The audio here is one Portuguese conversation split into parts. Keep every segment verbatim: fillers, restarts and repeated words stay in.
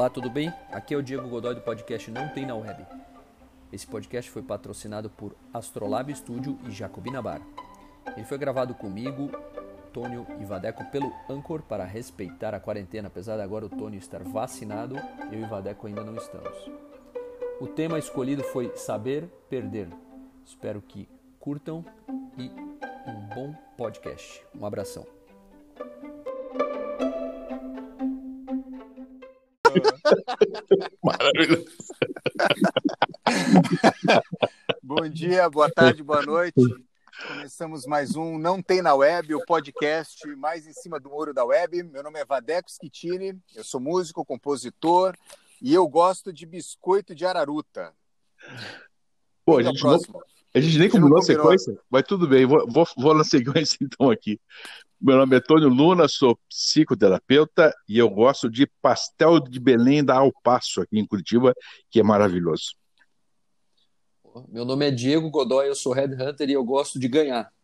Olá, tudo bem? Aqui é o Diego Godoy do podcast Não Tem Na Web. Esse podcast foi patrocinado por Astrolab Studio e Jacobina Bar. Ele foi gravado comigo, Tônio e Vadeco pelo Anchor para respeitar a quarentena. Apesar de agora o Tônio estar vacinado, eu e Vadeco ainda não estamos. O tema escolhido foi Saber Perder. Espero que curtam e um bom podcast. Um abração. Maravilhoso. Bom dia, boa tarde, boa noite. Começamos mais um Não Tem Na Web, o podcast mais em cima do muro da web. Meu nome é Vadeco Schettini, eu sou músico, compositor e eu gosto de biscoito de araruta. Pô, a gente, não, a gente nem a gente combinou a sequência, mas tudo bem, vou, vou, vou na sequência então aqui. Meu nome é Tônio Luna, sou psicoterapeuta e eu gosto de pastel de Belém da Alpaço aqui em Curitiba, que é maravilhoso. Meu nome é Diego Godoy, eu sou headhunter e eu gosto de ganhar.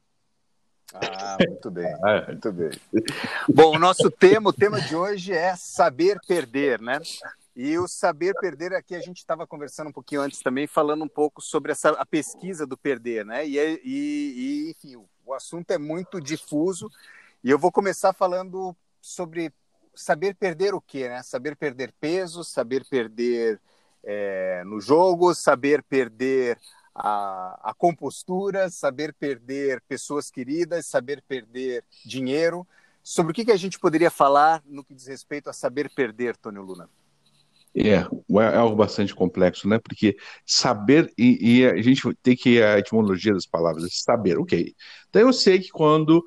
Ah, muito bem, muito bem. Bom, o nosso tema, o tema de hoje é saber perder, né? E o saber perder aqui a gente estava conversando um pouquinho antes também, falando um pouco sobre essa, a pesquisa do perder, né? E, e, e enfim, o, o assunto é muito difuso e eu vou começar falando sobre saber perder o quê, né? Saber perder peso, saber perder é, no jogo, saber perder a, a compostura, saber perder pessoas queridas, saber perder dinheiro. Sobre o que, que a gente poderia falar no que diz respeito a saber perder, Tônio Luna? É, é algo bastante complexo, né? Porque saber, e, e a gente tem que ir à etimologia das palavras, saber, ok. Então eu sei que quando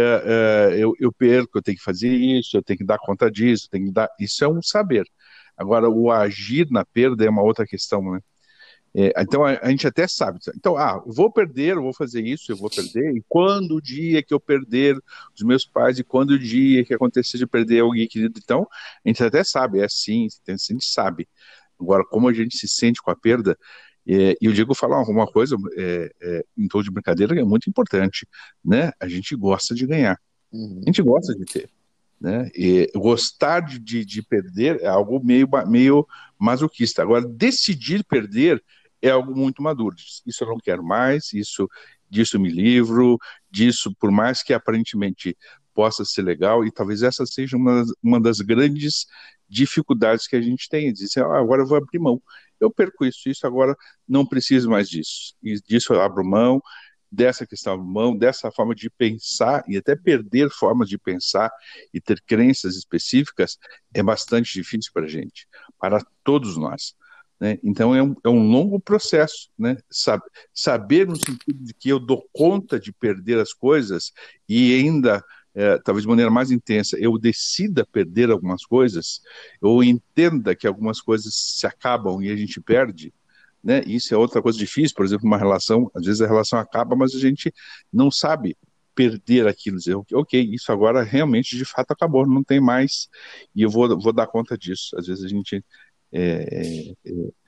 é, é, eu, eu perco, eu tenho que fazer isso, eu tenho que dar conta disso, eu tenho que dar. Isso é um saber. Agora, o agir na perda é uma outra questão, né? É, então a, a gente até sabe. Então, ah, eu vou perder, eu vou fazer isso, eu vou perder. E quando o dia que eu perder os meus pais, e quando o dia que acontecer de perder alguém querido, então a gente até sabe, é assim, a gente sabe. Agora, como a gente se sente com a perda, é, e eu digo falar alguma coisa é, é, em tom de brincadeira que é muito importante, né? A gente gosta de ganhar, Uhum. a gente gosta de ter. Né? E gostar de, de, de perder é algo meio, meio masoquista. Agora, decidir perder é algo muito maduro. Isso eu não quero mais, isso, disso eu me livro, disso, por mais que aparentemente possa ser legal, e talvez essa seja uma, uma das grandes dificuldades que a gente tem, dizer, ah, agora eu vou abrir mão, eu perco isso, isso agora não preciso mais disso, e disso eu abro mão, dessa questão de mão, dessa forma de pensar, e até perder formas de pensar e ter crenças específicas, é bastante difícil para a gente, para todos nós. Né? Então é um, é um longo processo, né? Sab- saber no sentido de que eu dou conta de perder as coisas e ainda, é, talvez de maneira mais intensa, eu decida perder algumas coisas, ou entenda que algumas coisas se acabam e a gente perde, né? Isso é outra coisa difícil, por exemplo, uma relação, às vezes a relação acaba, mas a gente não sabe perder aquilo, dizer, ok, isso agora realmente de fato acabou, não tem mais, e eu vou, vou dar conta disso. Às vezes a gente É, é,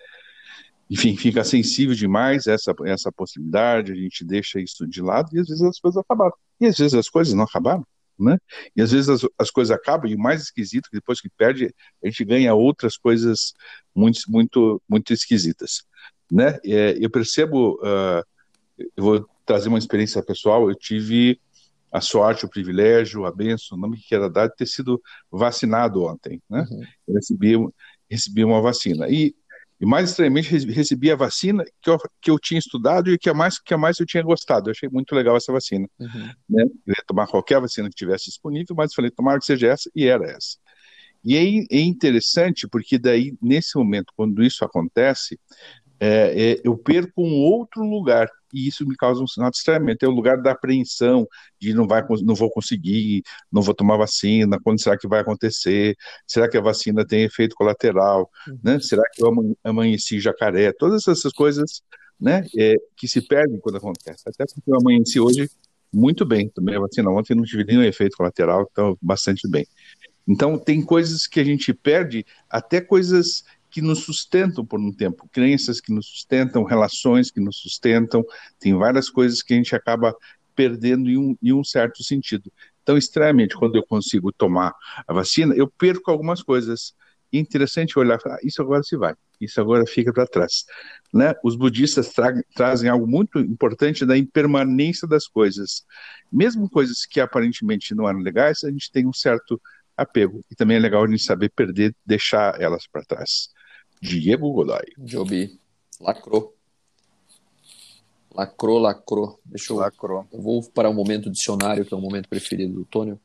enfim, fica sensível demais a essa, essa possibilidade, a gente deixa isso de lado e às vezes as coisas acabaram. E às vezes as coisas não acabaram, né? E às vezes as, as coisas acabam e o mais esquisito, que depois que perde, a gente ganha outras coisas muito, muito, muito esquisitas, né? É, eu percebo, uh, eu vou trazer uma experiência pessoal, eu tive a sorte, o privilégio, a bênção, o nome que queira dar, de ter sido vacinado ontem, né? Uhum. Eu recebi, recebi uma vacina. E, e mais estranhamente, recebi a vacina que eu, que eu tinha estudado e que a mais, que a mais eu tinha gostado. Eu achei muito legal essa vacina. Uhum. Né? Eu ia tomar qualquer vacina que tivesse disponível, mas falei, tomara que seja essa, e era essa. E é, é interessante, porque daí, nesse momento, quando isso acontece, é, é, eu perco um outro lugar, e isso me causa um sinal de estranhamento, é o lugar da apreensão, de não, vai, não vou conseguir, não vou tomar vacina, quando será que vai acontecer, será que a vacina tem efeito colateral, Uhum. né? Será que eu amanheci jacaré, todas essas coisas, né, é, que se perdem quando acontece, até porque eu amanheci hoje muito bem, tomei a vacina ontem, não tive nenhum efeito colateral, então bastante bem. Então tem coisas que a gente perde, até coisas que nos sustentam por um tempo, crenças que nos sustentam, relações que nos sustentam, tem várias coisas que a gente acaba perdendo em um, em um certo sentido. Então, estranhamente, quando eu consigo tomar a vacina, eu perco algumas coisas E é interessante olhar e falar, ah, isso agora se vai, isso agora fica para trás. Né? Os budistas tra trazem algo muito importante da impermanência das coisas. Mesmo coisas que aparentemente não eram legais, a gente tem um certo apego. E também é legal a gente saber perder, deixar elas para trás. Diego Godoy. Joby, lacrou. Lacrou, lacrou. Deixa eu... Lacrou. Eu vou para o momento dicionário, que é o momento preferido do Tônio.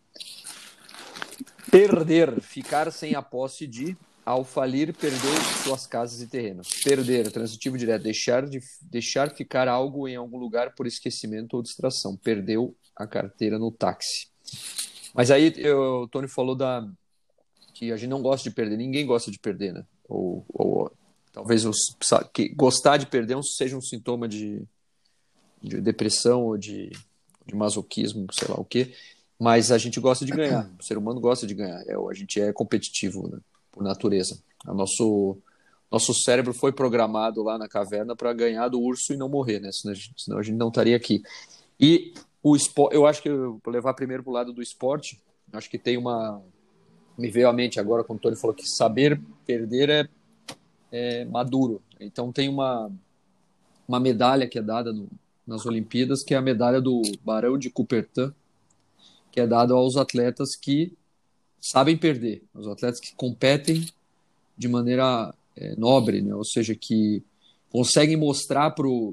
Perder, ficar sem a posse de, ao falir, perdeu suas casas e terrenos. Perder, transitivo direto, deixar, de, deixar ficar algo em algum lugar por esquecimento ou distração. Perdeu a carteira no táxi. Mas aí eu, o Tônio falou da, que a gente não gosta de perder, ninguém gosta de perder, né? Ou, ou talvez os, que gostar de perder seja um sintoma de, de depressão ou de, de masoquismo, sei lá o quê. Mas a gente gosta de ganhar, o ser humano gosta de ganhar, é, a gente é competitivo, né, por natureza. O nosso, nosso cérebro foi programado lá na caverna para ganhar do urso e não morrer, né, senão a gente, senão a gente não estaria aqui. E o esporte, eu acho que eu vou levar primeiro para o lado do esporte, acho que tem uma... Me veio à mente agora quando o Tony falou que saber perder é, é maduro. Então tem uma, uma medalha que é dada no, nas Olimpíadas, que é a medalha do Barão de Coubertin, que é dado aos atletas que sabem perder, os atletas que competem de maneira é, nobre, né? Ou seja, que conseguem mostrar para o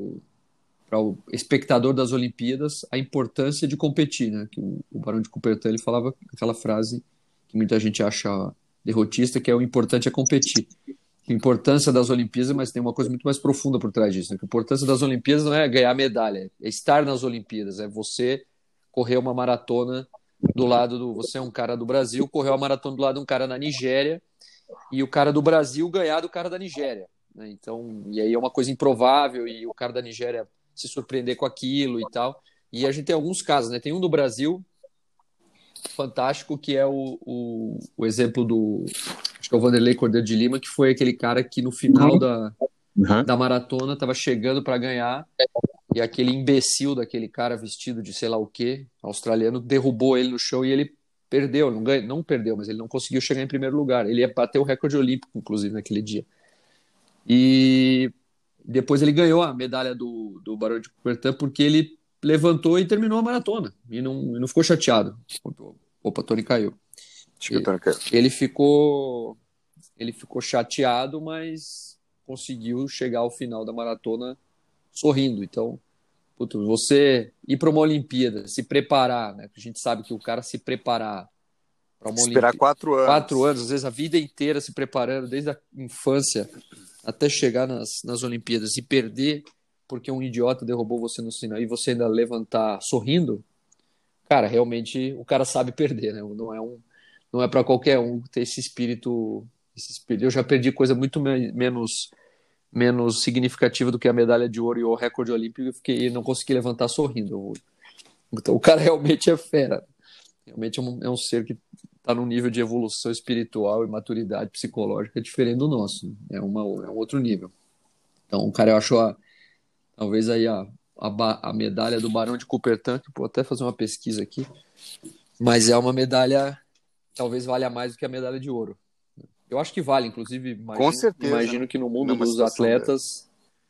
espectador das Olimpíadas a importância de competir, né? Que o, o Barão de Coubertin ele falava aquela frase que muita gente acha derrotista, que é o importante é competir. A importância das Olimpíadas, mas tem uma coisa muito mais profunda por trás disso, né? Que a importância das Olimpíadas não é ganhar medalha, é estar nas Olimpíadas, é você correr uma maratona do lado do... Você é um cara do Brasil, correu a maratona do lado de um cara na Nigéria e o cara do Brasil ganhar do cara da Nigéria, né? Então, e aí é uma coisa improvável e o cara da Nigéria se surpreender com aquilo e tal. E a gente tem alguns casos, né? Tem um do Brasil fantástico que é o, o, o exemplo do... Acho que é o Vanderlei Cordeiro de Lima, que foi aquele cara que no final da, uhum. da maratona estava chegando para ganhar. E aquele imbecil daquele cara vestido de sei lá o quê, australiano, derrubou ele no chão e ele perdeu. Não, ganhou, não perdeu, mas ele não conseguiu chegar em primeiro lugar. Ele ia bater o recorde olímpico, inclusive, naquele dia. E depois ele ganhou a medalha do, do Barão de Coubertin porque ele levantou e terminou a maratona. E não, e não ficou chateado. Opa, Tony caiu. Acho que o Tony caiu. Ele ficou, ele ficou chateado, mas conseguiu chegar ao final da maratona sorrindo. Então, puto, você ir para uma Olimpíada, se preparar, né? A gente sabe que o cara se preparar para uma Esperar Olimpíada, quatro anos. Quatro anos, às vezes a vida inteira se preparando, desde a infância até chegar nas, nas Olimpíadas e perder porque um idiota derrubou você no sinal e você ainda levantar sorrindo, cara, realmente o cara sabe perder, né? Não é, um, não é para qualquer um ter esse espírito, esse espírito. Eu já perdi coisa muito me- menos... menos significativa do que a medalha de ouro e o recorde olímpico, eu fiquei, não consegui levantar sorrindo. Então o cara realmente é fera. Realmente é um, é um ser que está num nível de evolução espiritual e maturidade psicológica diferente do nosso. É, uma, é um outro nível. Então o cara, eu acho a, talvez aí a, a, a medalha do Barão de Coubertin, que vou até fazer uma pesquisa aqui, mas é uma medalha, talvez valha mais do que a medalha de ouro. Eu acho que vale, inclusive, imagino, com certeza, imagino né? que no mundo Numa dos atletas,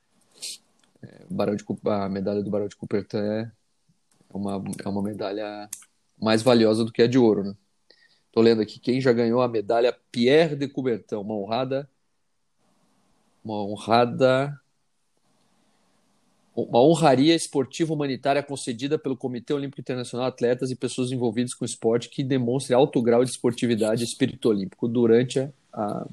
é, Barão de, a medalha do Barão de Coubertin é uma, é uma medalha mais valiosa do que a de ouro, né? Tô lendo aqui quem já ganhou a medalha Pierre de Coubertin, uma honrada, uma honrada, uma honraria esportiva humanitária concedida pelo Comitê Olímpico Internacional a atletas e pessoas envolvidas com esporte que demonstre alto grau de esportividade e espírito olímpico durante a, a,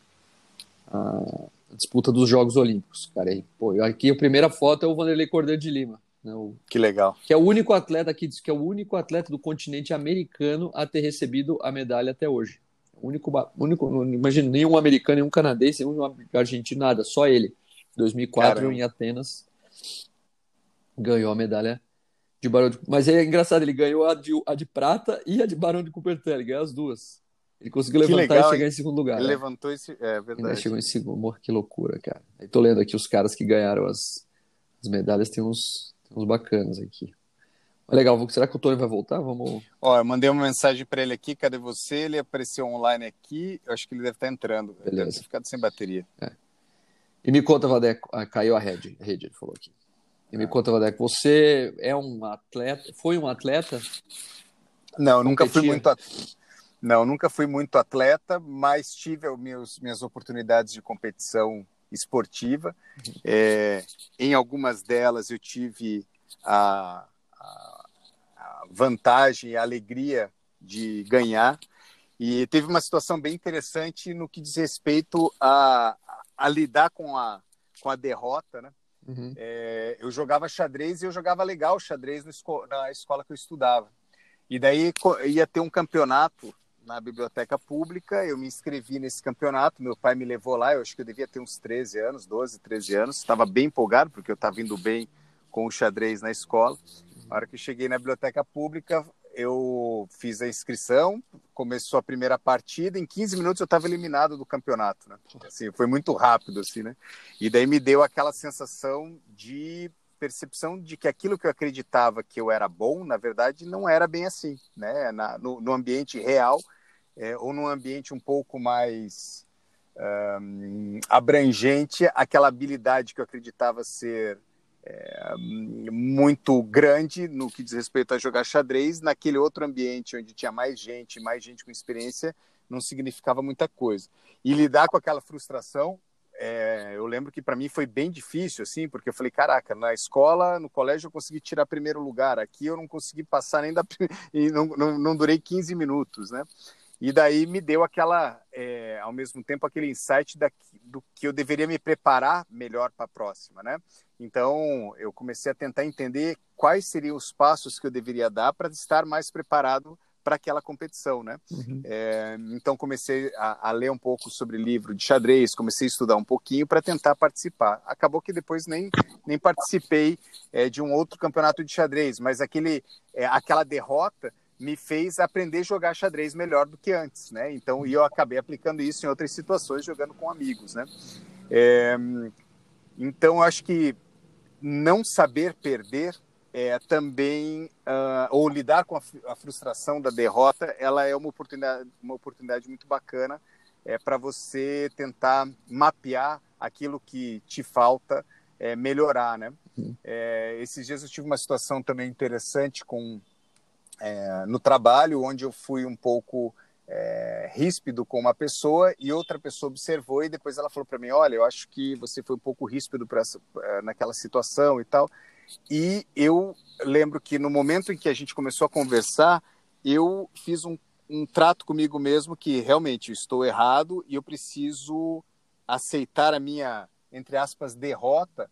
a disputa dos Jogos Olímpicos. Cara, aí, pô, aqui a primeira foto é o Vanderlei Cordeiro de Lima, né, o, que legal. Que é o único atleta aqui, diz que é o único atleta do continente americano a ter recebido a medalha até hoje. O único, único, não imagino, nenhum americano, nenhum canadense, nenhum argentino, nada, só ele. Em dois mil e quatro, Caramba. Em Atenas, ganhou a medalha de Barão de... Mas é engraçado, ele ganhou a de, a de prata e a de Barão de Coubertin, ele ganhou as duas. Ele conseguiu levantar legal, e chegar hein? Em segundo lugar. Ele né? levantou esse... É verdade. Ainda chegou em segundo. Morra, que loucura, cara. Aí tô lendo aqui os caras que ganharam as, as medalhas, tem uns, tem uns bacanas aqui. Legal, será que o Tony vai voltar? Vamos. Ó, eu mandei uma mensagem para ele aqui, cadê você? Ele apareceu online aqui, eu acho que ele deve estar entrando. Beleza. Deve ter ficado sem bateria. É. E me conta, Vadeco, ah, caiu a rede, a rede, ele falou aqui. E me ah. conta, Vadeco, você é um atleta, foi um atleta? Não, nunca fui muito atleta. Não, nunca fui muito atleta, mas tive meus, minhas oportunidades de competição esportiva. Uhum. É, em algumas delas eu tive a, a, a vantagem e a alegria de ganhar. E teve uma situação bem interessante no que diz respeito a, a lidar com a, com a derrota, né? Uhum. É, eu jogava xadrez e eu jogava legal xadrez no esco- na escola que eu estudava. E daí ia ter um campeonato na biblioteca pública, eu me inscrevi nesse campeonato, meu pai me levou lá, eu acho que eu devia ter uns treze anos, doze, treze anos, estava bem empolgado, porque eu estava indo bem com o xadrez na escola. Na hora que eu cheguei na biblioteca pública, eu fiz a inscrição, começou a primeira partida, em quinze minutos eu estava eliminado do campeonato, né? Assim, foi muito rápido, assim, né? E daí me deu aquela sensação de percepção de que aquilo que eu acreditava que eu era bom, na verdade, não era bem assim, né? Na, no, no ambiente real, é, ou num ambiente um pouco mais um, abrangente, aquela habilidade que eu acreditava ser é, muito grande no que diz respeito a jogar xadrez, naquele outro ambiente onde tinha mais gente, mais gente com experiência, não significava muita coisa. E lidar com aquela frustração, É, eu lembro que para mim foi bem difícil, assim, porque eu falei, caraca, na escola, no colégio eu consegui tirar primeiro lugar, aqui eu não consegui passar nem da... e não, não, não durei quinze minutos, né? E daí me deu aquela, é, ao mesmo tempo, aquele insight da, do que eu deveria me preparar melhor para a próxima, né? Então, eu comecei a tentar entender quais seriam os passos que eu deveria dar para estar mais preparado para aquela competição, né? Uhum. É, então comecei a, a ler um pouco sobre livro de xadrez, comecei a estudar um pouquinho para tentar participar. Acabou que depois nem, nem participei é, de um outro campeonato de xadrez, mas aquele, é, aquela derrota me fez aprender a jogar xadrez melhor do que antes, né? Então, e eu acabei aplicando isso em outras situações, jogando com amigos, né? É, então, eu acho que não saber perder É, também, uh, ou lidar com a, a frustração da derrota, ela é uma oportunidade, uma oportunidade muito bacana é, para você tentar mapear aquilo que te falta é, melhorar, né? Uhum. É, esses dias eu tive uma situação também interessante com, é, no trabalho, onde eu fui um pouco é, ríspido com uma pessoa e outra pessoa observou e depois ela falou para mim, olha, eu acho que você foi um pouco ríspido pra, naquela situação e tal. E eu lembro que no momento em que a gente começou a conversar, eu fiz um, um trato comigo mesmo que realmente eu estou errado e eu preciso aceitar a minha, entre aspas, derrota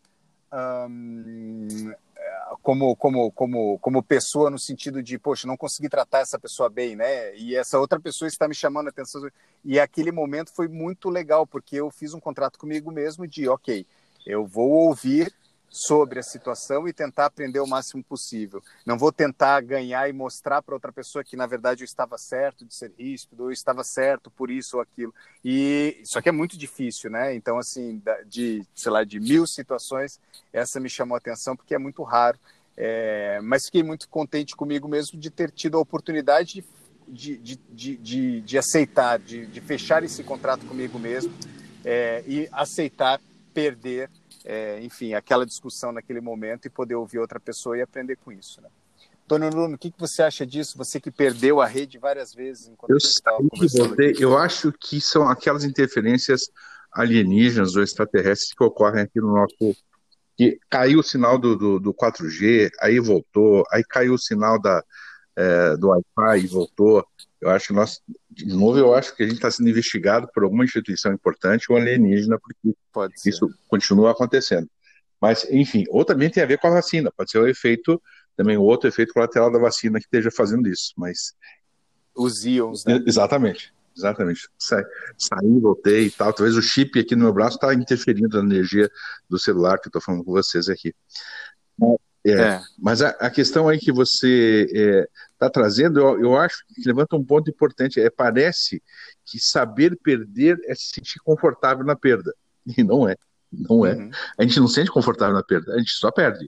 um, como, como, como, como pessoa, no sentido de, poxa, não consegui tratar essa pessoa bem, né? E essa outra pessoa está me chamando a atenção. E aquele momento foi muito legal, porque eu fiz um contrato comigo mesmo de, ok, eu vou ouvir sobre a situação e tentar aprender o máximo possível. Não vou tentar ganhar e mostrar para outra pessoa que, na verdade, eu estava certo de ser ríspido, ou eu estava certo por isso ou aquilo. E isso aqui é muito difícil, né? Então, assim, de, sei lá, de mil situações, essa me chamou a atenção porque é muito raro. É, mas fiquei muito contente comigo mesmo de ter tido a oportunidade de, de, de, de, de aceitar, de, de fechar esse contrato comigo mesmo é, e aceitar perder É, enfim, aquela discussão naquele momento e poder ouvir outra pessoa e aprender com isso, né? Tony Nuno, o que, que você acha disso? Você que perdeu a rede várias vezes enquanto eu você estava conversando voltei, eu acho que são aquelas interferências alienígenas ou extraterrestres que ocorrem aqui no nosso... que caiu o sinal do, do, do quatro G, aí voltou, aí caiu o sinal da, é, do Wi-Fi e voltou. Eu acho que nós, de novo, eu acho que a gente está sendo investigado por alguma instituição importante ou alienígena, porque isso continua acontecendo. Mas, enfim, ou também tem a ver com a vacina, pode ser o efeito, também o outro efeito colateral da vacina que esteja fazendo isso, mas... Os íons, né? Exatamente, exatamente. Sa saí, voltei e tal, talvez o chip aqui no meu braço está interferindo na energia do celular que eu estou falando com vocês aqui. É, é. Mas a, a questão aí que você está é, trazendo, eu, eu acho que levanta um ponto importante. É, parece que saber perder é se sentir confortável na perda. E não é. Não é. Uhum. A gente não se sente confortável na perda, a gente só perde.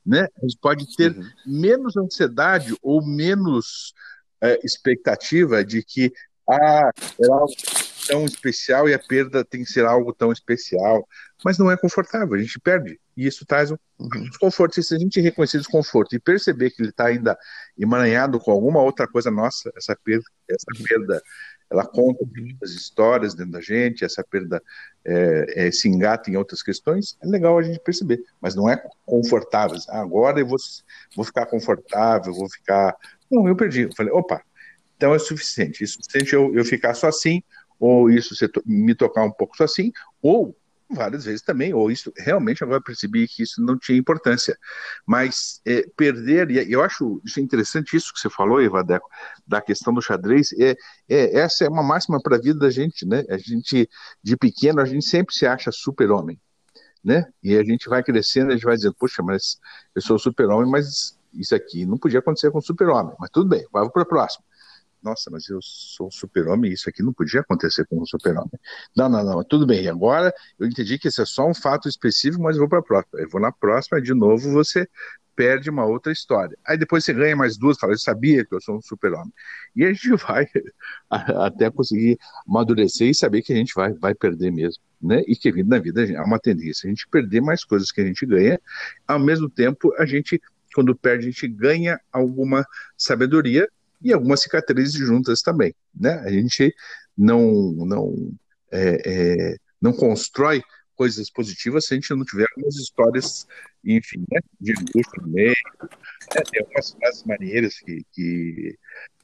né? A gente pode ter Uhum. menos ansiedade ou menos é, expectativa de que ah, era algo tão especial e a perda tem que ser algo tão especial, mas não é confortável, a gente perde, e isso traz um Uhum. desconforto. E se a gente reconhecer desconforto e perceber que ele está ainda emaranhado com alguma outra coisa, nossa, essa perda, essa perda ela conta muitas histórias dentro da gente, essa perda é, é, se engata em outras questões, é legal a gente perceber, mas não é confortável. Ah, agora eu vou, vou ficar confortável, vou ficar... Não, eu perdi. Eu falei, opa, então é suficiente. É suficiente eu, eu ficar só assim, ou isso me tocar um pouco só assim, ou várias vezes também, ou isso realmente agora percebi que isso não tinha importância. Mas é, perder, e eu acho isso interessante, isso que você falou, Ivadeco, da questão do xadrez, é, é, essa é uma máxima para a vida da gente, né? A gente, de pequeno, a gente sempre se acha super-homem, né? E a gente vai crescendo, a gente vai dizendo, poxa, mas eu sou super-homem, mas isso aqui não podia acontecer com o super-homem, mas tudo bem, vamos para o próximo. Nossa, mas eu sou super-homem, isso aqui não podia acontecer com um super-homem. Não, não, não, tudo bem. Agora eu entendi que esse é só um fato específico, mas eu vou para a próxima. Eu vou na próxima, de novo você perde uma outra história. Aí depois você ganha mais duas, fala, eu sabia que eu sou um super-homem. E a gente vai até conseguir amadurecer e saber que a gente vai, vai perder mesmo, né? E que na vida há uma tendência a gente perder mais coisas que a gente ganha. Ao mesmo tempo, a gente, quando perde, a gente ganha alguma sabedoria e algumas cicatrizes juntas também, né? A gente não, não, é, é, não constrói coisas positivas se a gente não tiver algumas histórias, enfim, né, de angústia no meio, né? Tem algumas frases maneiras que, que,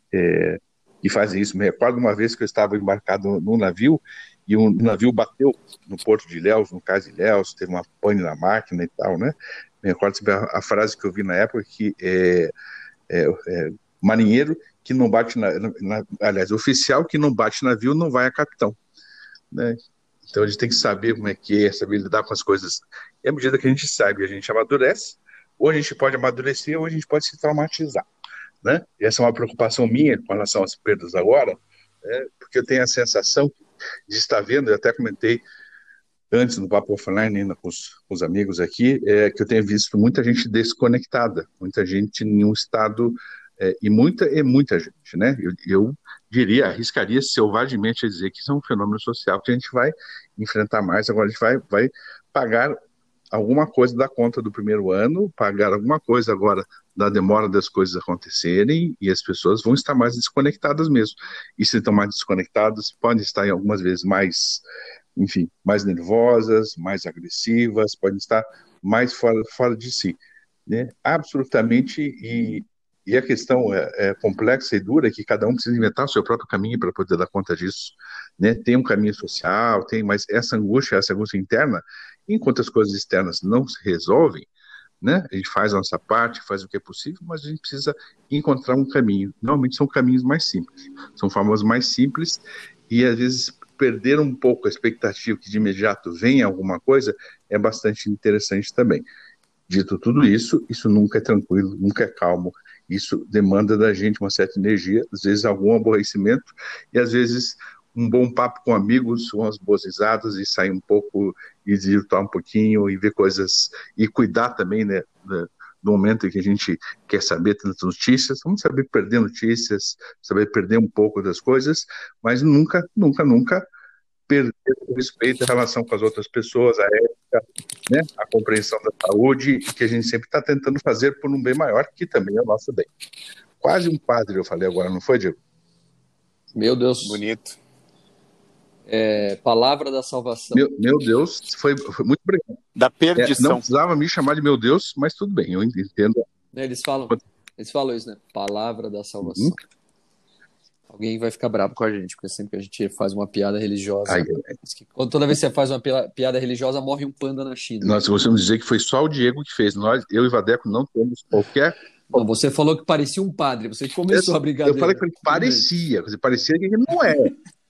é, que fazem isso. Me recordo uma vez que eu estava embarcado num navio e um navio bateu no porto de Ilhéus, no caso de Ilhéus, teve uma pane na máquina e tal, né? Me recordo a, a frase que eu vi na época que é, é, é marinheiro que não bate na, na, aliás, oficial que não bate navio não vai a capitão, né? Então a gente tem que saber como é que é, saber lidar com as coisas. E à medida que a gente sabe, a gente amadurece, ou a gente pode amadurecer, ou a gente pode se traumatizar, né? E essa é uma preocupação minha com relação às perdas agora, né? Porque eu tenho a sensação de estar vendo, eu até comentei antes no Papo Offline, ainda com os, com os amigos aqui, é, que eu tenho visto muita gente desconectada, muita gente em um estado... É, e muita e muita gente, né? Eu, eu diria, arriscaria selvagemente a dizer que isso é um fenômeno social que a gente vai enfrentar mais. Agora a gente vai, vai pagar alguma coisa da conta do primeiro ano, pagar alguma coisa agora da demora das coisas acontecerem, e as pessoas vão estar mais desconectadas mesmo. E se estão mais desconectadas, podem estar em algumas vezes mais, enfim, mais nervosas, mais agressivas, podem estar mais fora, fora de si, né? Absolutamente. E E a questão é, é complexa e dura, que cada um precisa inventar o seu próprio caminho para poder dar conta disso, né? Tem um caminho social, tem, mas essa angústia, essa angústia interna, enquanto as coisas externas não se resolvem, né? A gente faz a nossa parte, faz o que é possível, mas a gente precisa encontrar um caminho. Normalmente são caminhos mais simples, são formas mais simples, e às vezes perder um pouco a expectativa que de imediato venha alguma coisa é bastante interessante também. Dito tudo isso, isso nunca é tranquilo, nunca é calmo. Isso demanda da gente uma certa energia, às vezes algum aborrecimento, e às vezes um bom papo com amigos, umas boas risadas, e sair um pouco, e desvirtuar um pouquinho, e ver coisas, e cuidar também, né, do momento em que a gente quer saber tantas notícias. Vamos saber perder notícias, saber perder um pouco das coisas, mas nunca, nunca, nunca perder o respeito em relação com as outras pessoas, a ética, né, a compreensão da saúde, que a gente sempre está tentando fazer por um bem maior, que também é o nosso bem. Quase um padre, eu falei agora, não foi, Diego? Meu Deus. Bonito. É, palavra da salvação. Meu, meu Deus, foi, foi muito obrigado. Da perdição. É, não precisava me chamar de meu Deus, mas tudo bem, eu entendo. Eles falam, eles falam isso, né? Palavra da salvação. Uhum. Alguém vai ficar bravo com a gente, porque sempre que a gente faz uma piada religiosa, Ai, ai. toda vez que você faz uma piada religiosa, morre um panda na China. Nós gostamos de dizer que foi só o Diego que fez. Nós, eu e o Vadeco, não temos qualquer... Não, você falou que parecia um padre, você começou eu, a brincadeira. Eu falei que parecia, quer dizer, parecia que ele não é.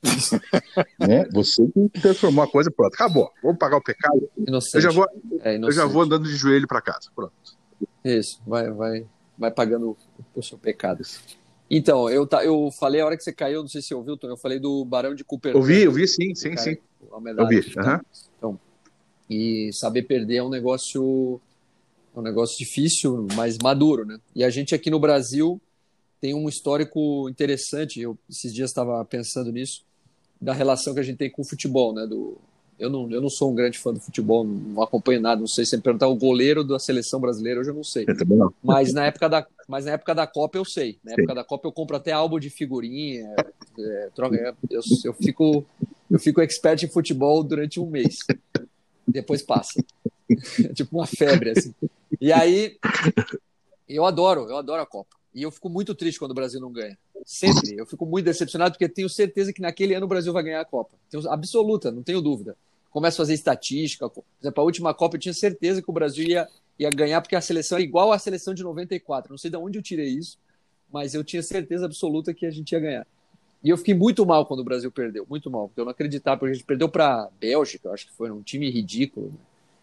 Né? Você que transformou a coisa, pronto, acabou. Vamos pagar o pecado. Inocente. Eu já vou, é eu já vou andando de joelho para casa, pronto. Isso, vai, vai, vai pagando o seu pecado. Então, eu, tá, eu falei a hora que você caiu, não sei se você ouviu, Tony, eu falei do Barão de Cupertino. Ouvi, ouvi sim, sim, cara, sim. A medalha, ouvi, então, uhum. então, e saber perder é um negócio, é um negócio difícil, mas maduro, né? E a gente aqui no Brasil tem um histórico interessante. Eu esses dias estava pensando nisso, da relação que a gente tem com o futebol, né? Do, eu, não, eu não sou um grande fã do futebol, não, não acompanho nada, não sei se me perguntar o goleiro da seleção brasileira, hoje eu não sei. Eu também não. Mas na época da, mas na época da Copa eu sei. Na Sim. época da Copa eu compro até álbum de figurinha, é, troca, é, eu, eu, fico, eu fico expert em futebol durante um mês. Depois passa. É tipo uma febre, assim. E aí, eu adoro, eu adoro a Copa. E eu fico muito triste quando o Brasil não ganha. Sempre. Eu fico muito decepcionado porque tenho certeza que naquele ano o Brasil vai ganhar a Copa. Tenho, absoluta, não tenho dúvida. Começo a fazer estatística. Por exemplo, a última Copa eu tinha certeza que o Brasil ia, ia ganhar porque a seleção era igual à seleção de noventa e quatro. Não sei de onde eu tirei isso, mas eu tinha certeza absoluta que a gente ia ganhar. E eu fiquei muito mal quando o Brasil perdeu. Muito mal, porque eu não acreditava. Porque a gente perdeu para a Bélgica, acho que foi um time ridículo.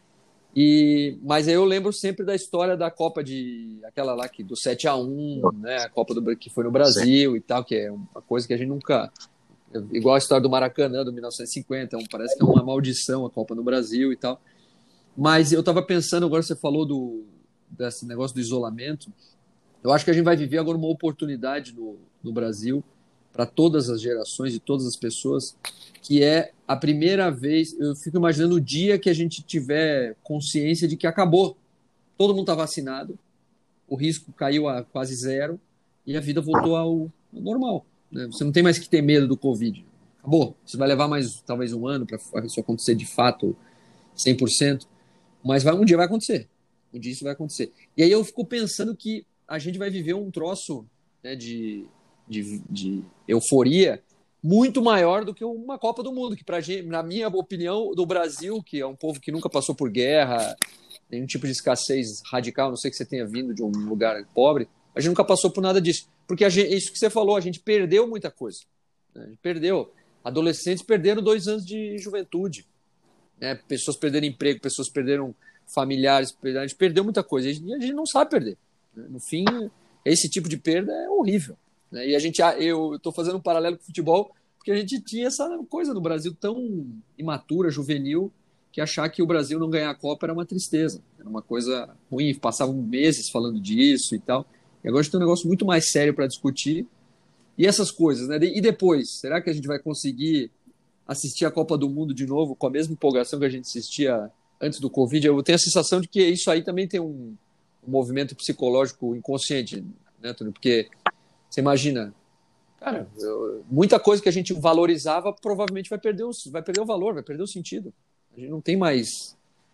E, mas aí eu lembro sempre da história da Copa de aquela lá que, do sete a um, né, a Copa do, que foi no Brasil Sim. e tal, que é uma coisa que a gente nunca, igual a história do Maracanã do mil novecentos e cinquenta, um, parece que é uma maldição a Copa no Brasil e tal. Mas eu estava pensando, agora você falou do, desse negócio do isolamento, eu acho que a gente vai viver agora uma oportunidade no, no Brasil para todas as gerações e todas as pessoas, que é a primeira vez, eu fico imaginando o dia que a gente tiver consciência de que acabou. Todo mundo está vacinado, o risco caiu a quase zero e a vida voltou ao, ao normal. Né? Você não tem mais que ter medo do Covid. Acabou. Você vai levar mais, talvez, um ano para isso acontecer de fato cem por cento, mas vai, um dia vai acontecer. Um dia isso vai acontecer. E aí eu fico pensando que a gente vai viver um troço, né, de, de, de euforia muito maior do que uma Copa do Mundo, que pra gente, na minha opinião, do Brasil, que é um povo que nunca passou por guerra, nenhum tipo de escassez radical, não sei que você tenha vindo de um lugar pobre, a gente nunca passou por nada disso. Porque a gente, isso que você falou, a gente perdeu muita coisa. Né? A gente perdeu. Adolescentes perderam dois anos de juventude. Né? Pessoas perderam emprego, pessoas perderam familiares, a gente perdeu muita coisa. E a gente não sabe perder. Né? No fim, esse tipo de perda é horrível. E a gente, eu estou fazendo um paralelo com o futebol, porque a gente tinha essa coisa no Brasil tão imatura, juvenil, que achar que o Brasil não ganhar a Copa era uma tristeza, era uma coisa ruim, passavam meses falando disso e tal. E agora a gente tem um negócio muito mais sério para discutir. E essas coisas, né? E depois, será que a gente vai conseguir assistir a Copa do Mundo de novo com a mesma empolgação que a gente assistia antes do Covid? Eu tenho a sensação de que isso aí também tem um, um movimento psicológico inconsciente, né, Tony? Porque você imagina, cara, eu, muita coisa que a gente valorizava provavelmente vai perder, o, vai perder o valor, vai perder o sentido. A gente não tem mais...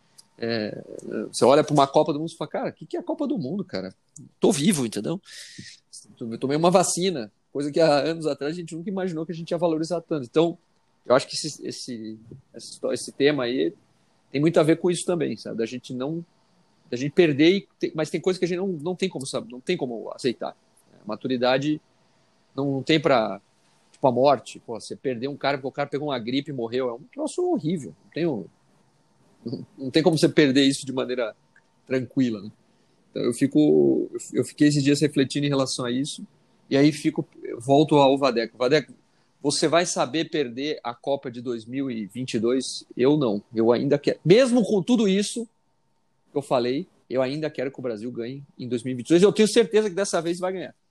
É, você olha para uma Copa do Mundo e fala, cara, o que, que é a Copa do Mundo, cara? Tô vivo, entendeu? Eu tomei uma vacina, coisa que há anos atrás a gente nunca imaginou que a gente ia valorizar tanto. Então, eu acho que esse, esse, esse tema aí tem muito a ver com isso também, sabe? Da gente não... Da gente perder, e, mas tem coisas que a gente não, não tem como, sabe? Não tem como aceitar. A maturidade não tem pra... Tipo, a morte. Pô, você perdeu um cara porque o cara pegou uma gripe e morreu. É um troço horrível. Não tem, um, não, não tem como você perder isso de maneira tranquila, né? Então, eu fico... Eu fiquei esses dias refletindo em relação a isso. E aí fico... Volto ao Vadeco. Vadeco, você vai saber perder a Copa de dois mil e vinte e dois? Eu não. Eu ainda quero... Mesmo com tudo isso que eu falei, eu ainda quero que o Brasil ganhe em dois mil e vinte e dois. Eu tenho certeza que dessa vez vai ganhar.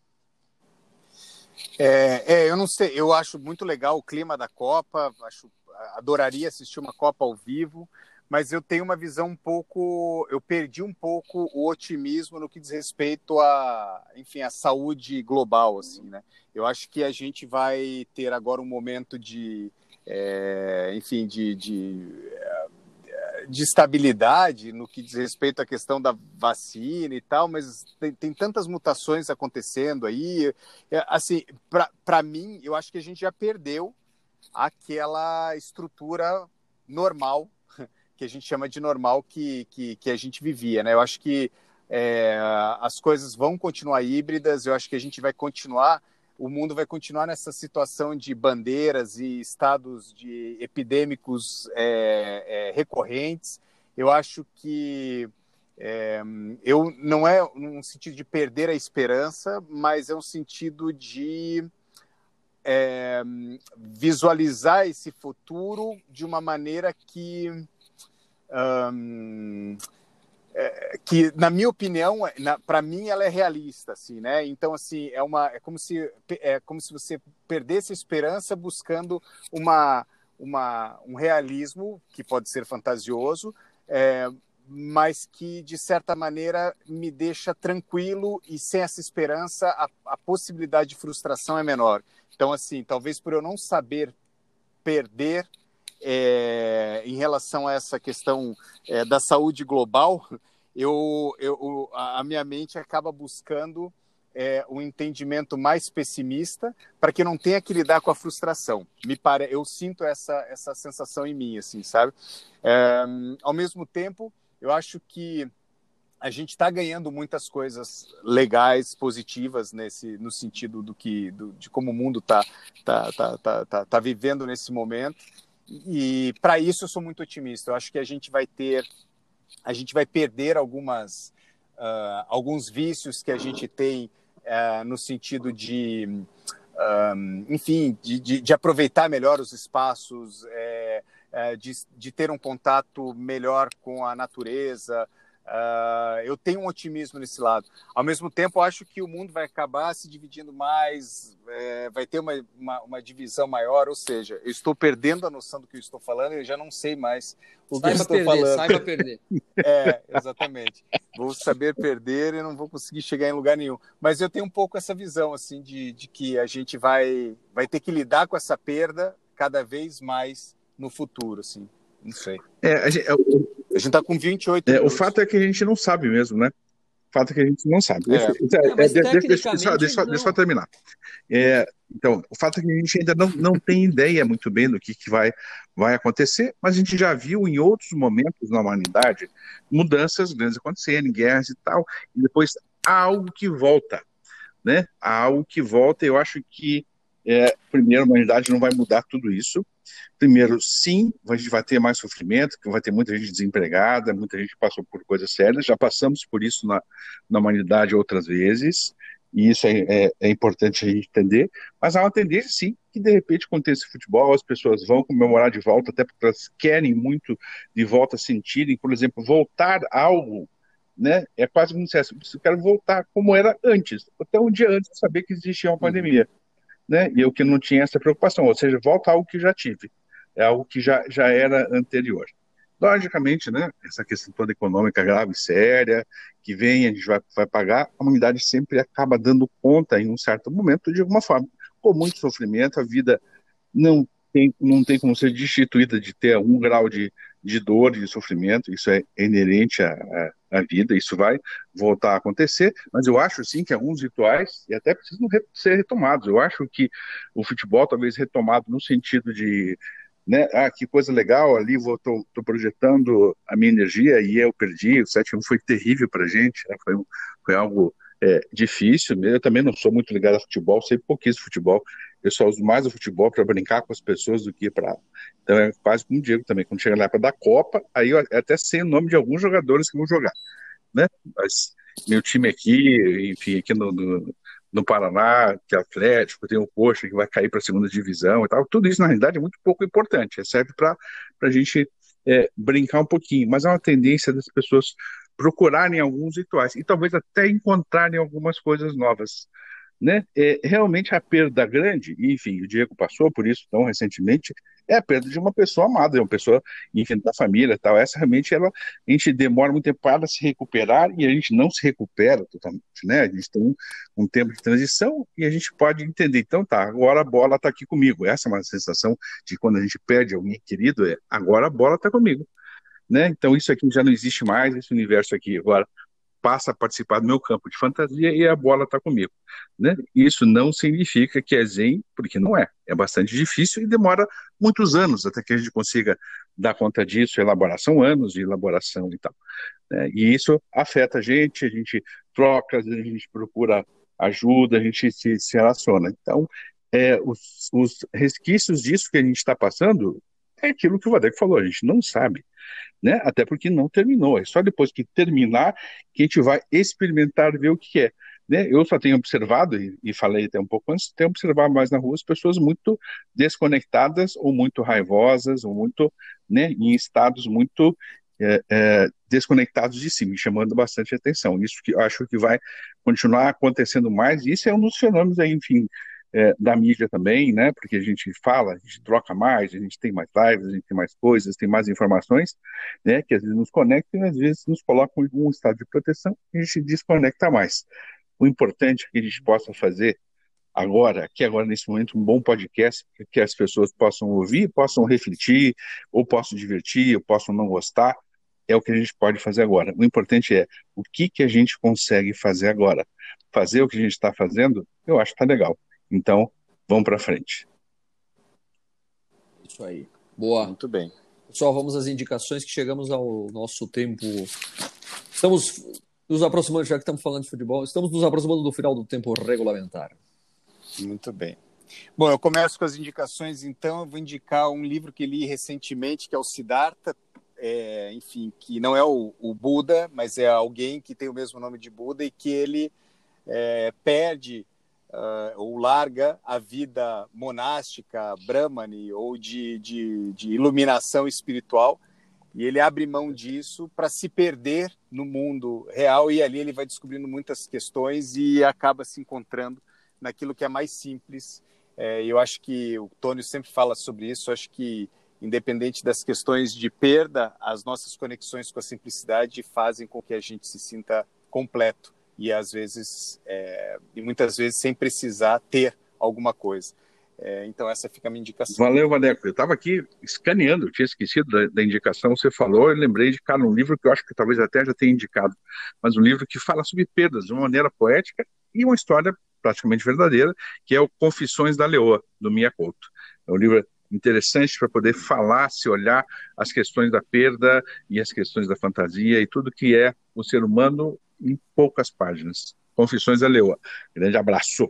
É, é, eu não sei, eu acho muito legal o clima da Copa, acho, adoraria assistir uma Copa ao vivo, mas eu tenho uma visão um pouco, eu perdi um pouco o otimismo no que diz respeito a, enfim, a saúde global, assim, né? Eu acho que a gente vai ter agora um momento de, é, enfim, de, de de estabilidade no que diz respeito à questão da vacina e tal, mas tem, tem tantas mutações acontecendo aí. É, assim, para mim, eu acho que a gente já perdeu aquela estrutura normal, que a gente chama de normal, que, que, que a gente vivia, né? Eu acho que é, as coisas vão continuar híbridas, eu acho que a gente vai continuar, o mundo vai continuar nessa situação de bandeiras e estados de epidêmicos é, é, recorrentes. Eu acho que é, eu não é um sentido de perder a esperança, mas é um sentido de é, visualizar esse futuro de uma maneira que hum, é, que, na minha opinião, para mim, ela é realista, assim, né? Então, assim, é, uma, é, como se, é como se você perdesse a esperança buscando uma, uma, um realismo que pode ser fantasioso, é, mas que, de certa maneira, me deixa tranquilo, e sem essa esperança, a, a possibilidade de frustração é menor. Então, assim, talvez por eu não saber perder é, em relação a essa questão é, da saúde global, eu, eu, a minha mente acaba buscando é, um entendimento mais pessimista para que não tenha que lidar com a frustração. Me pare... Eu sinto essa, essa sensação em mim, assim, sabe? É, ao mesmo tempo, eu acho que a gente está ganhando muitas coisas legais, positivas, nesse, no sentido do que, do, de como o mundo está tá, tá, tá, tá, tá vivendo nesse momento. E, para isso, eu sou muito otimista. Eu acho que a gente vai ter, a gente vai perder algumas, uh, alguns vícios que a gente tem uh, no sentido de, um, enfim, de, de, de aproveitar melhor os espaços, é, é, de, de ter um contato melhor com a natureza. Uh, eu tenho um otimismo nesse lado. Ao mesmo tempo, eu acho que o mundo vai acabar se dividindo mais, é, vai ter uma, uma, uma divisão maior, ou seja, eu estou perdendo a noção do que eu estou falando e eu já não sei mais o saiba que eu estou perder, falando. Saiba perder. É, exatamente. Vou saber perder e não vou conseguir chegar em lugar nenhum. Mas eu tenho um pouco essa visão assim, de, de que a gente vai, vai ter que lidar com essa perda cada vez mais no futuro. Assim. Não sei. É, a gente, a gente está com vinte e oito é, minutos. O fato é que a gente não sabe mesmo, né? O fato é que a gente não sabe. É. Deixa, É, mas deixa, deixa, tecnicamente deixa, deixa, não... deixa eu terminar. É, então, o fato é que a gente ainda não, não tem ideia muito bem do que, que vai, vai acontecer, mas a gente já viu em outros momentos na humanidade mudanças grandes acontecerem, guerras e tal, e depois há algo que volta, né? Há algo que volta, e eu acho que, é, primeiro, a humanidade não vai mudar tudo isso. Primeiro, sim, a gente vai ter mais sofrimento, que vai ter muita gente desempregada, muita gente passou por coisas sérias, já passamos por isso na, na humanidade outras vezes, e isso é, é, é importante a gente entender, mas há uma tendência, sim, que de repente, quando tem esse futebol, as pessoas vão comemorar de volta, até porque elas querem muito de volta sentirem, por exemplo, voltar algo, né? É quase como se eu quero voltar como era antes, até um dia antes de saber que existia uma pandemia. Né? E eu que não tinha essa preocupação, ou seja, volta a algo que já tive, é algo que já, já era anterior. Logicamente, né, essa questão toda econômica grave, séria, que vem, a gente vai, vai pagar, a humanidade sempre acaba dando conta em um certo momento, de alguma forma. Com muito sofrimento, a vida não tem, não tem como ser destituída de ter um grau de, de dor, de sofrimento, isso é inerente à, à, à vida, isso vai voltar a acontecer, mas eu acho sim que alguns rituais e até precisam re, ser retomados. Eu acho que o futebol talvez retomado no sentido de, né, ah, que coisa legal, ali vou, tô, tô projetando a minha energia e eu perdi, o sete a um foi terrível pra gente, né, foi, foi algo é, difícil, eu também não sou muito ligado a futebol, sei pouquíssimo futebol, eu só uso mais o futebol para brincar com as pessoas do que para... Então é quase como o Diego também, quando chega na época da Copa, aí eu até sei o nome de alguns jogadores que vão jogar, né? Mas meu time aqui, enfim, aqui no, no, no Paraná, que é Atlético, tem o Coxa que vai cair para a segunda divisão e tal, tudo isso na realidade é muito pouco importante, serve para a gente é, brincar um pouquinho, mas é uma tendência das pessoas procurarem alguns rituais e talvez até encontrarem algumas coisas novas. Né? É, realmente a perda grande, enfim, o Diego passou por isso tão recentemente, é a perda de uma pessoa amada, de uma pessoa, enfim, da família e tal. Essa realmente, ela, a gente demora muito tempo para se recuperar e a gente não se recupera totalmente, né? A gente tem um, um tempo de transição e a gente pode entender, então tá, agora a bola está aqui comigo. Essa é uma sensação de quando a gente perde alguém querido, é agora a bola está comigo, né? Então isso aqui já não existe mais, esse universo aqui agora passa a participar do meu campo de fantasia e a bola está comigo, né? Isso não significa que é zen, porque não é. É bastante difícil e demora muitos anos até que a gente consiga dar conta disso, elaboração, anos de elaboração e tal, né? E isso afeta a gente, a gente troca, a gente procura ajuda, a gente se, se relaciona. Então, é, os, os resquícios disso que a gente está passando é aquilo que o Vadek falou, a gente não sabe. Né? Até porque não terminou, é só depois que terminar que a gente vai experimentar, ver o que é, né? Eu só tenho observado, e, e falei até um pouco antes, tenho observado mais na rua as pessoas muito desconectadas ou muito raivosas ou muito, né, em estados muito é, é, desconectados de si, me chamando bastante atenção. Isso que eu acho que vai continuar acontecendo mais, e isso é um dos fenômenos aí, enfim, é, da mídia também, né? Porque a gente fala, a gente troca mais, a gente tem mais lives, a gente tem mais coisas, tem mais informações, né? Que às vezes nos conectam e às vezes nos colocam em um estado de proteção e a gente desconecta mais. O importante é que a gente possa fazer agora, aqui agora nesse momento, um bom podcast que as pessoas possam ouvir, possam refletir, ou possam divertir, ou possam não gostar, é o que a gente pode fazer agora. O importante é o que, que a gente consegue fazer agora. Fazer o que a gente está fazendo, eu acho que está legal. Então, vamos para frente. Isso aí. Boa. Muito bem. Pessoal, vamos às indicações que chegamos ao nosso tempo. Estamos nos aproximando, já que estamos falando de futebol, estamos nos aproximando do final do tempo regulamentar. Muito bem. Bom, eu começo com as indicações, então eu vou indicar um livro que li recentemente, que é o Siddhartha, é, enfim, que não é o, o Buda, mas é alguém que tem o mesmo nome de Buda e que ele é, perde uh, ou larga a vida monástica, brahmani, ou de, de, de iluminação espiritual, e ele abre mão disso para se perder no mundo real, e ali ele vai descobrindo muitas questões e acaba se encontrando naquilo que é mais simples. É, eu acho que o Tônio sempre fala sobre isso. Eu acho que, independente das questões de perda, as nossas conexões com a simplicidade fazem com que a gente se sinta completo e, às vezes, é, e muitas vezes sem precisar ter alguma coisa. É, então, essa fica a minha indicação. Valeu, Vadeco. Eu estava aqui escaneando, eu tinha esquecido da, da indicação, você falou, e lembrei de, cara, um livro que eu acho que talvez até já tenha indicado, mas um livro que fala sobre perdas de uma maneira poética e uma história praticamente verdadeira, que é o Confissões da Leoa, do Mia Couto. É um livro interessante para poder falar, se olhar as questões da perda e as questões da fantasia e tudo que é o ser humano em poucas páginas. Confissões da Leoa. Grande abraço.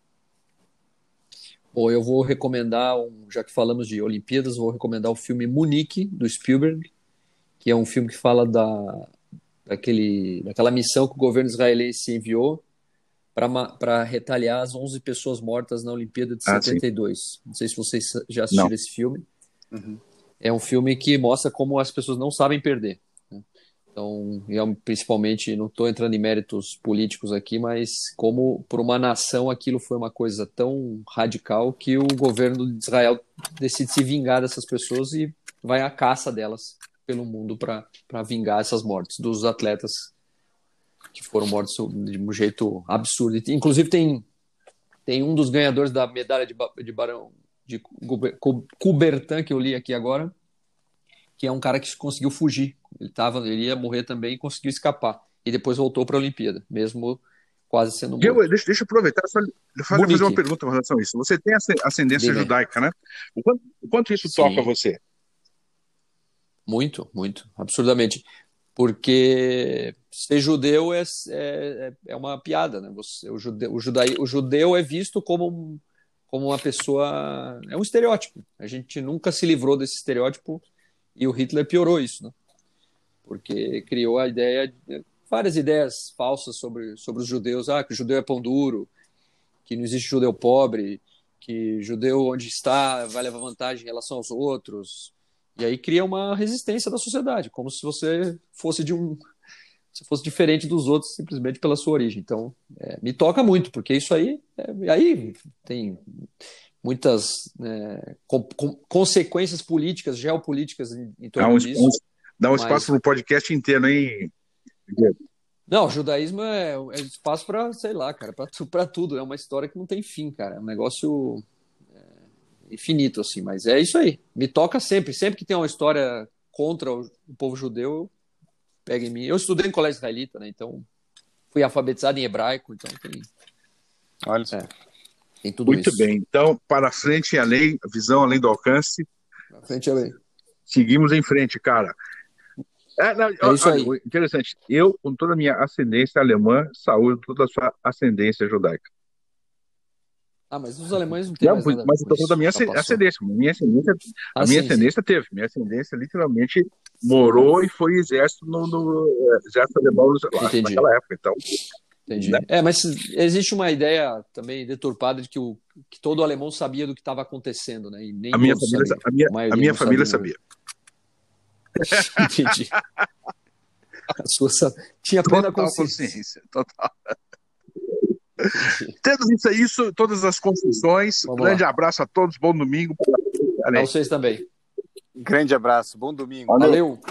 Bom, eu vou recomendar, já que falamos de Olimpíadas, vou recomendar o filme Munique, do Spielberg, que é um filme que fala da, daquele, daquela missão que o governo israelense enviou para retaliar as onze pessoas mortas na Olimpíada de ah, setenta e dois. Sim. Não sei se vocês já assistiram não. esse filme. Uhum. É um filme que mostra como as pessoas não sabem perder. Né? Então, eu, principalmente, não estou entrando em méritos políticos aqui, mas como por uma nação aquilo foi uma coisa tão radical que o governo de Israel decide se vingar dessas pessoas e vai à caça delas pelo mundo para vingar essas mortes dos atletas que foram mortos de um jeito absurdo. Inclusive tem, tem um dos ganhadores da medalha de, de Barão de Coubertin, que eu li aqui agora, que é um cara que conseguiu fugir. Ele, tava, ele ia morrer também e conseguiu escapar. E depois voltou para a Olimpíada, mesmo quase sendo morto. Eu, deixa, deixa eu aproveitar, só fazer, fazer uma pergunta com relação a isso. Você tem ascendência Bem, judaica, né? O quanto, o quanto isso Sim. toca você? Muito, muito. Absurdamente. Porque ser judeu é, é, é uma piada, né? Você, o, judeu, o, judaí, o judeu é visto como, como uma pessoa... É um estereótipo. A gente nunca se livrou desse estereótipo e o Hitler piorou isso, né? Porque criou a ideia... Várias ideias falsas sobre, sobre os judeus. Ah, que o judeu é pão duro, que não existe judeu pobre, que judeu onde está vai levar vantagem em relação aos outros... E aí cria uma resistência da sociedade, como se você fosse de um, se fosse diferente dos outros simplesmente pela sua origem. Então, é, me toca muito, porque isso aí, é, aí tem muitas é, com, com, consequências políticas, geopolíticas em, em torno dá um, disso. Um, dá um mas... espaço para o podcast inteiro, hein? Não, o judaísmo é, é espaço para, sei lá, cara, para tudo. É uma história que não tem fim, cara. É um negócio... infinito, assim, mas é isso aí. Me toca sempre. Sempre que tem uma história contra o, o povo judeu, pega em mim. Eu estudei em colégio israelita, né? Então fui alfabetizado em hebraico, então tem... Olha só. É, tem tudo Muito isso. bem. Então, para frente e além, visão além do alcance. Para frente e além. Seguimos em frente, cara. É, não, é isso olha, aí. Interessante. Eu, com toda a minha ascendência alemã, saúdo toda a sua ascendência judaica. Ah, mas os alemães não têm não, mais nada mas a ver eu estou falando da minha ascendência. Minha ascendência ah, a minha sim, ascendência sim. teve. Minha ascendência literalmente morou e foi exército no, no exército alemão lá, naquela época. Então, Entendi. Né? É, mas existe uma ideia também deturpada de que, o, que todo alemão sabia do que estava acontecendo, né? E nem a minha todos família, sabiam. a minha, A a minha família sabia. Entendi. A sua tinha plena Total consciência. consciência. Total. Tendo isso, isso, todas as conclusões. Vamos Grande lá. abraço a todos, bom domingo. A vocês também. Grande abraço, bom domingo. Valeu.